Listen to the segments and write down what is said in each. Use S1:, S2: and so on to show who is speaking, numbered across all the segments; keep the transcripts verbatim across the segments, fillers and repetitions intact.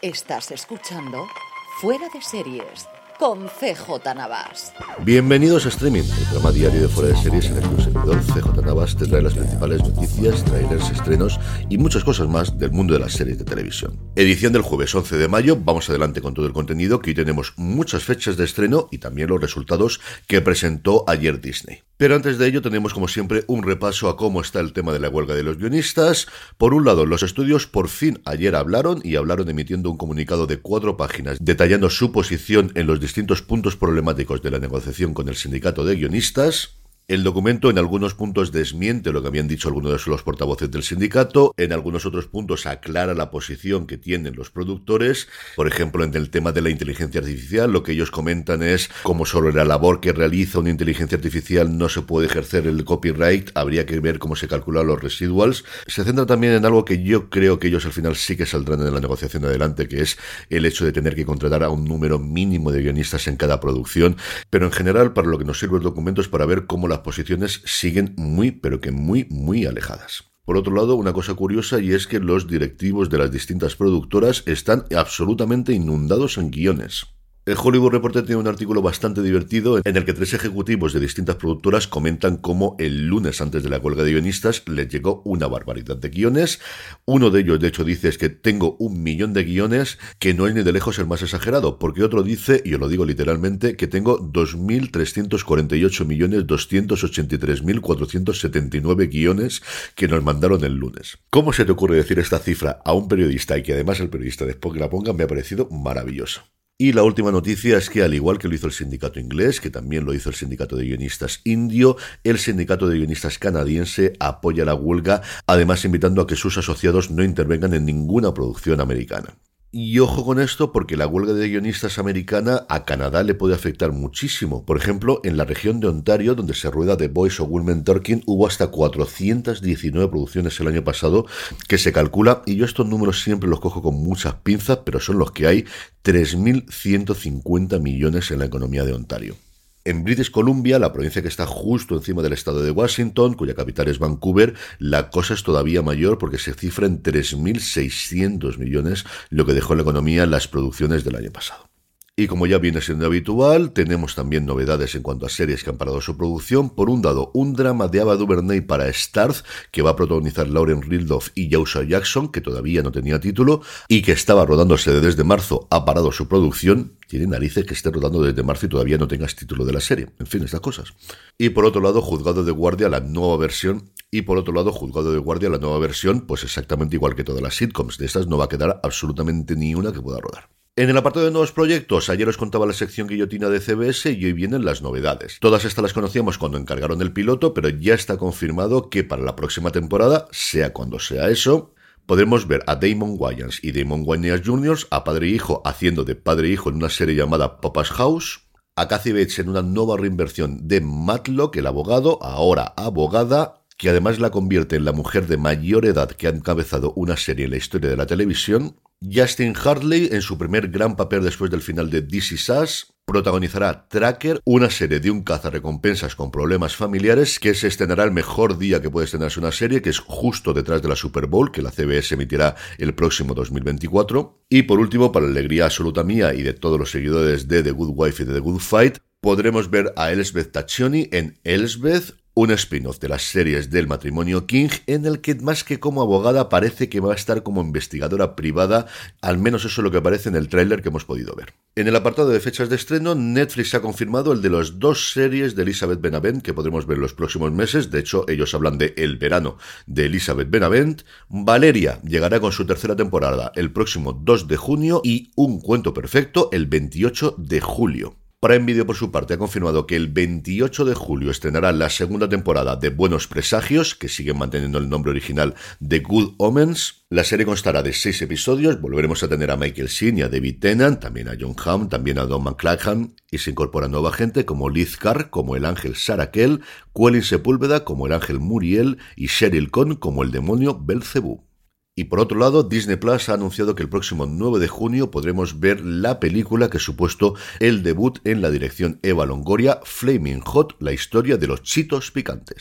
S1: Estás escuchando Fuera de Series con C J Navas.
S2: Bienvenidos a Streaming, el programa diario de Fuera de Series en el que un servidor C J Navas te trae las principales noticias, trailers, estrenos y muchas cosas más del mundo de las series de televisión. Edición del jueves once de mayo, vamos adelante con todo el contenido, que hoy tenemos muchas fechas de estreno y también los resultados que presentó ayer Disney. Pero antes de ello tenemos como siempre un repaso a cómo está el tema de la huelga de los guionistas. Por un lado, los estudios por fin ayer hablaron y hablaron emitiendo un comunicado de cuatro páginas detallando su posición en los distintos puntos problemáticos de la negociación con el sindicato de guionistas. El documento en algunos puntos desmiente lo que habían dicho algunos de los portavoces del sindicato, en algunos otros puntos aclara la posición que tienen los productores. Por ejemplo, en el tema de la inteligencia artificial, lo que ellos comentan es como sobre la labor que realiza una inteligencia artificial no se puede ejercer el copyright, habría que ver cómo se calculan los residuals. Se centra también en algo que yo creo que ellos al final sí que saldrán en la negociación adelante, que es el hecho de tener que contratar a un número mínimo de guionistas en cada producción, pero en general para lo que nos sirve el documento es para ver cómo las posiciones siguen muy, pero que muy, muy alejadas. Por otro lado, una cosa curiosa y es que los directivos de las distintas productoras están absolutamente inundados en guiones. El Hollywood Reporter tiene un artículo bastante divertido en el que tres ejecutivos de distintas productoras comentan cómo el lunes antes de la huelga de guionistas les llegó una barbaridad de guiones. Uno de ellos, de hecho, dice es que tengo un millón de guiones, que no es ni de lejos el más exagerado, porque otro dice, y os lo digo literalmente, que tengo dos mil trescientos cuarenta y ocho millones doscientos ochenta y tres mil cuatrocientos setenta y nueve guiones que nos mandaron el lunes. ¿Cómo se te ocurre decir esta cifra a un periodista y que además el periodista después que la ponga me ha parecido maravilloso? Y la última noticia es que, al igual que lo hizo el sindicato inglés, que también lo hizo el sindicato de guionistas indio, el sindicato de guionistas canadiense apoya la huelga, además invitando a que sus asociados no intervengan en ninguna producción americana. Y ojo con esto porque la huelga de guionistas americana a Canadá le puede afectar muchísimo. Por ejemplo, en la región de Ontario, donde se rueda The Boys o Women Talking, hubo hasta cuatrocientas diecinueve producciones el año pasado que se calcula, y yo estos números siempre los cojo con muchas pinzas, pero son los que hay, tres mil ciento cincuenta millones en la economía de Ontario. En British Columbia, la provincia que está justo encima del estado de Washington, cuya capital es Vancouver, la cosa es todavía mayor porque se cifra en tres mil seiscientos millones, lo que dejó en la economía las producciones del año pasado. Y como ya viene siendo habitual, tenemos también novedades en cuanto a series que han parado su producción. Por un lado, un drama de Ava DuVernay para Starz, que va a protagonizar Lauren Ridloff y Joshua Jackson, que todavía no tenía título, y que estaba rodándose desde marzo, ha parado su producción. Tiene narices que esté rodando desde marzo y todavía no tengas título de la serie. En fin, estas cosas. Y por otro lado, Juzgado de Guardia, la nueva versión. Y por otro lado, Juzgado de Guardia, la nueva versión, pues exactamente igual que todas las sitcoms. De estas no va a quedar absolutamente ni una que pueda rodar. En el apartado de nuevos proyectos, ayer os contaba la sección guillotina de C B S y hoy vienen las novedades. Todas estas las conocíamos cuando encargaron el piloto, pero ya está confirmado que para la próxima temporada, sea cuando sea eso, podremos ver a Damon Wayans y Damon Wayans junior, a padre e hijo, haciendo de padre e hijo en una serie llamada Papa's House, a Kathy Bates en una nueva reinversión de Matlock, el abogado, ahora abogada, que además la convierte en la mujer de mayor edad que ha encabezado una serie en la historia de la televisión. Justin Hartley, en su primer gran papel después del final de This Is Us, protagonizará Tracker, una serie de un cazarrecompensas con problemas familiares que se estrenará el mejor día que puede estrenarse una serie, que es justo detrás de la Super Bowl, que la C B S emitirá el próximo dos mil veinticuatro. Y por último, para la alegría absoluta mía y de todos los seguidores de The Good Wife y de The Good Fight, podremos ver a Elizabeth Taccioni en Elsbeth, un spin-off de las series del matrimonio King, en el que más que como abogada parece que va a estar como investigadora privada, al menos eso es lo que aparece en el tráiler que hemos podido ver. En el apartado de fechas de estreno, Netflix ha confirmado el de las dos series de Elizabeth Benavent que podremos ver los próximos meses. De hecho, ellos hablan de El verano de Elizabeth Benavent. Valeria llegará con su tercera temporada el próximo dos de junio y Un cuento perfecto el veintiocho de julio. Prime Video, por su parte, ha confirmado que el veintiocho de julio estrenará la segunda temporada de Buenos Presagios, que sigue manteniendo el nombre original de Good Omens. La serie constará de seis episodios, volveremos a tener a Michael Sheen y a David Tennant, también a Jon Hamm, también a Don McClanahan, y se incorpora nueva gente como Liz Carr, como el ángel Sarah Kell, Quellin Sepúlveda como el ángel Muriel y Cheryl Cohn como el demonio Belcebú. Y por otro lado, Disney Plus ha anunciado que el próximo nueve de junio podremos ver la película que ha supuesto el debut en la dirección Eva Longoria, Flaming Hot, la historia de los chitos picantes.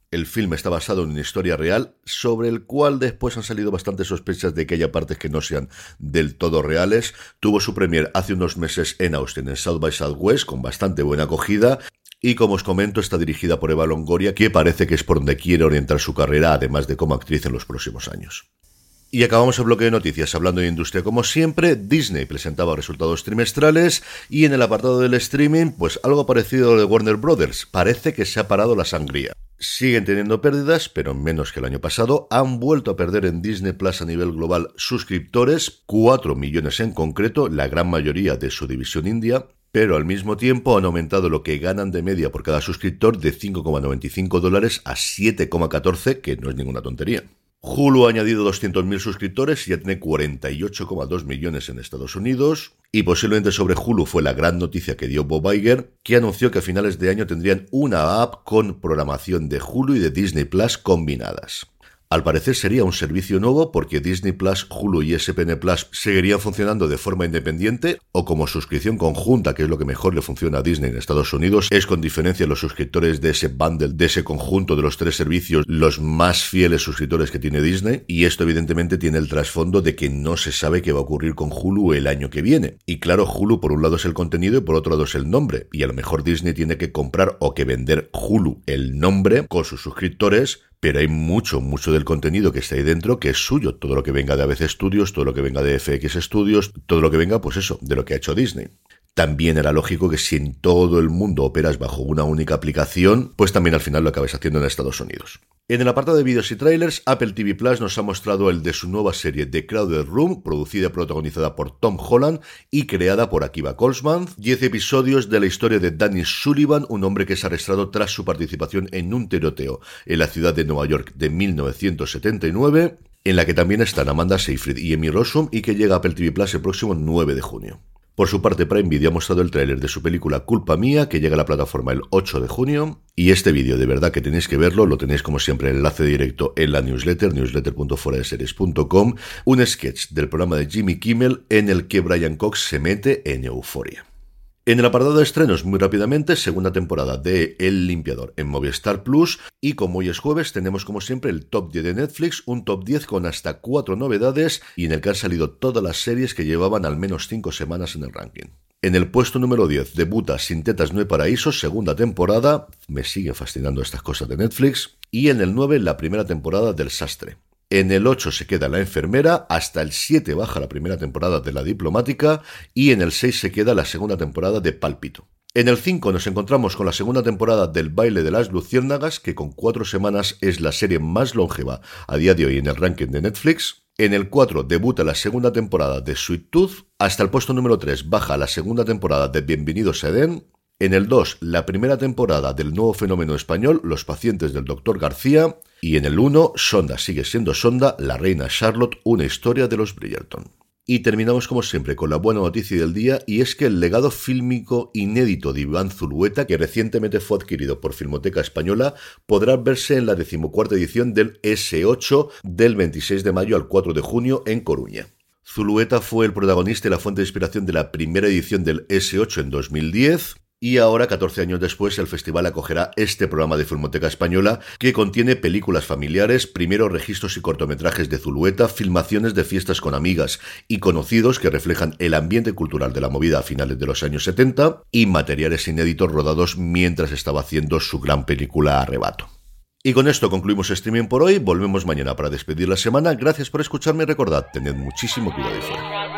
S2: El filme está basado en una historia real, sobre el cual después han salido bastantes sospechas de que haya partes que no sean del todo reales. Tuvo su premier hace unos meses en Austin, en South by Southwest, con bastante buena acogida. Y como os comento, está dirigida por Eva Longoria, que parece que es por donde quiere orientar su carrera, además de como actriz en los próximos años. Y acabamos el bloque de noticias hablando de industria como siempre. Disney presentaba resultados trimestrales y en el apartado del streaming, pues algo parecido a lo de Warner Brothers. Parece que se ha parado la sangría. Siguen teniendo pérdidas, pero menos que el año pasado. Han vuelto a perder en Disney Plus a nivel global suscriptores, cuatro millones en concreto, la gran mayoría de su división India. Pero al mismo tiempo han aumentado lo que ganan de media por cada suscriptor de cinco coma noventa y cinco dólares a siete coma catorce, que no es ninguna tontería. Hulu ha añadido doscientos mil suscriptores y ya tiene cuarenta y ocho coma dos millones en Estados Unidos. Y posiblemente sobre Hulu fue la gran noticia que dio Bob Iger, que anunció que a finales de año tendrían una app con programación de Hulu y de Disney Plus combinadas. Al parecer sería un servicio nuevo porque Disney Plus, Hulu y S P N Plus seguirían funcionando de forma independiente o como suscripción conjunta, que es lo que mejor le funciona a Disney en Estados Unidos. Es con diferencia los suscriptores de ese bundle, de ese conjunto de los tres servicios, los más fieles suscriptores que tiene Disney. Y esto evidentemente tiene el trasfondo de que no se sabe qué va a ocurrir con Hulu el año que viene. Y claro, Hulu por un lado es el contenido y por otro lado es el nombre. Y a lo mejor Disney tiene que comprar o que vender Hulu, el nombre, con sus suscriptores. Pero hay mucho, mucho del contenido que está ahí dentro que es suyo. Todo lo que venga de A B C Studios, todo lo que venga de F X Studios, todo lo que venga, pues eso, de lo que ha hecho Disney. También era lógico que si en todo el mundo operas bajo una única aplicación, pues también al final lo acabes haciendo en Estados Unidos. En el apartado de vídeos y trailers, Apple T V Plus nos ha mostrado el de su nueva serie The Crowded Room, producida y protagonizada por Tom Holland y creada por Akiva Goldsman. Diez episodios de la historia de Danny Sullivan, un hombre que es arrestado tras su participación en un tiroteo en la ciudad de Nueva York de mil novecientos setenta y nueve, en la que también están Amanda Seyfried y Emmy Rossum y que llega a Apple T V Plus el próximo nueve de junio. Por su parte, Prime Video ha mostrado el tráiler de su película Culpa Mía, que llega a la plataforma el ocho de junio. Y este vídeo, de verdad que tenéis que verlo, lo tenéis como siempre el enlace directo en la newsletter, newsletter punto fuera de series punto com, un sketch del programa de Jimmy Kimmel en el que Brian Cox se mete en euforia. En el apartado de estrenos, muy rápidamente, segunda temporada de El Limpiador en Movistar Plus, y como hoy es jueves, tenemos como siempre el top diez de Netflix, un top diez con hasta cuatro novedades, y en el que han salido todas las series que llevaban al menos cinco semanas en el ranking. En el puesto número diez debuta Sin tetas no hay paraíso, segunda temporada, me siguen fascinando estas cosas de Netflix, y en el nueve la primera temporada del Sastre. En el ocho se queda La enfermera, hasta el siete baja la primera temporada de La diplomática y en el seis se queda la segunda temporada de Pálpito. En el cinco nos encontramos con la segunda temporada del Baile de las Luciérnagas, que con cuatro semanas es la serie más longeva a día de hoy en el ranking de Netflix. En el cuatro debuta la segunda temporada de Sweet Tooth, hasta el puesto número tres baja la segunda temporada de Bienvenidos a Edén. En el dos, la primera temporada del nuevo fenómeno español, Los pacientes del doctor García. Y en el uno, Sonda sigue siendo Sonda, la reina Charlotte, una historia de los Bridgerton. Y terminamos como siempre con la buena noticia del día, y es que el legado fílmico inédito de Iván Zulueta, que recientemente fue adquirido por Filmoteca Española, podrá verse en la decimocuarta edición del ese ocho del veintiséis de mayo al cuatro de junio en Coruña. Zulueta fue el protagonista y la fuente de inspiración de la primera edición del ese ocho en dos mil diez. Y ahora, catorce años después, el festival acogerá este programa de Filmoteca Española que contiene películas familiares, primeros registros y cortometrajes de Zulueta, filmaciones de fiestas con amigas y conocidos que reflejan el ambiente cultural de la movida a finales de los años setenta y materiales inéditos rodados mientras estaba haciendo su gran película Arrebato. Y con esto concluimos streaming por hoy, volvemos mañana para despedir la semana. Gracias por escucharme y recordad, tened muchísimo cuidado y fuera.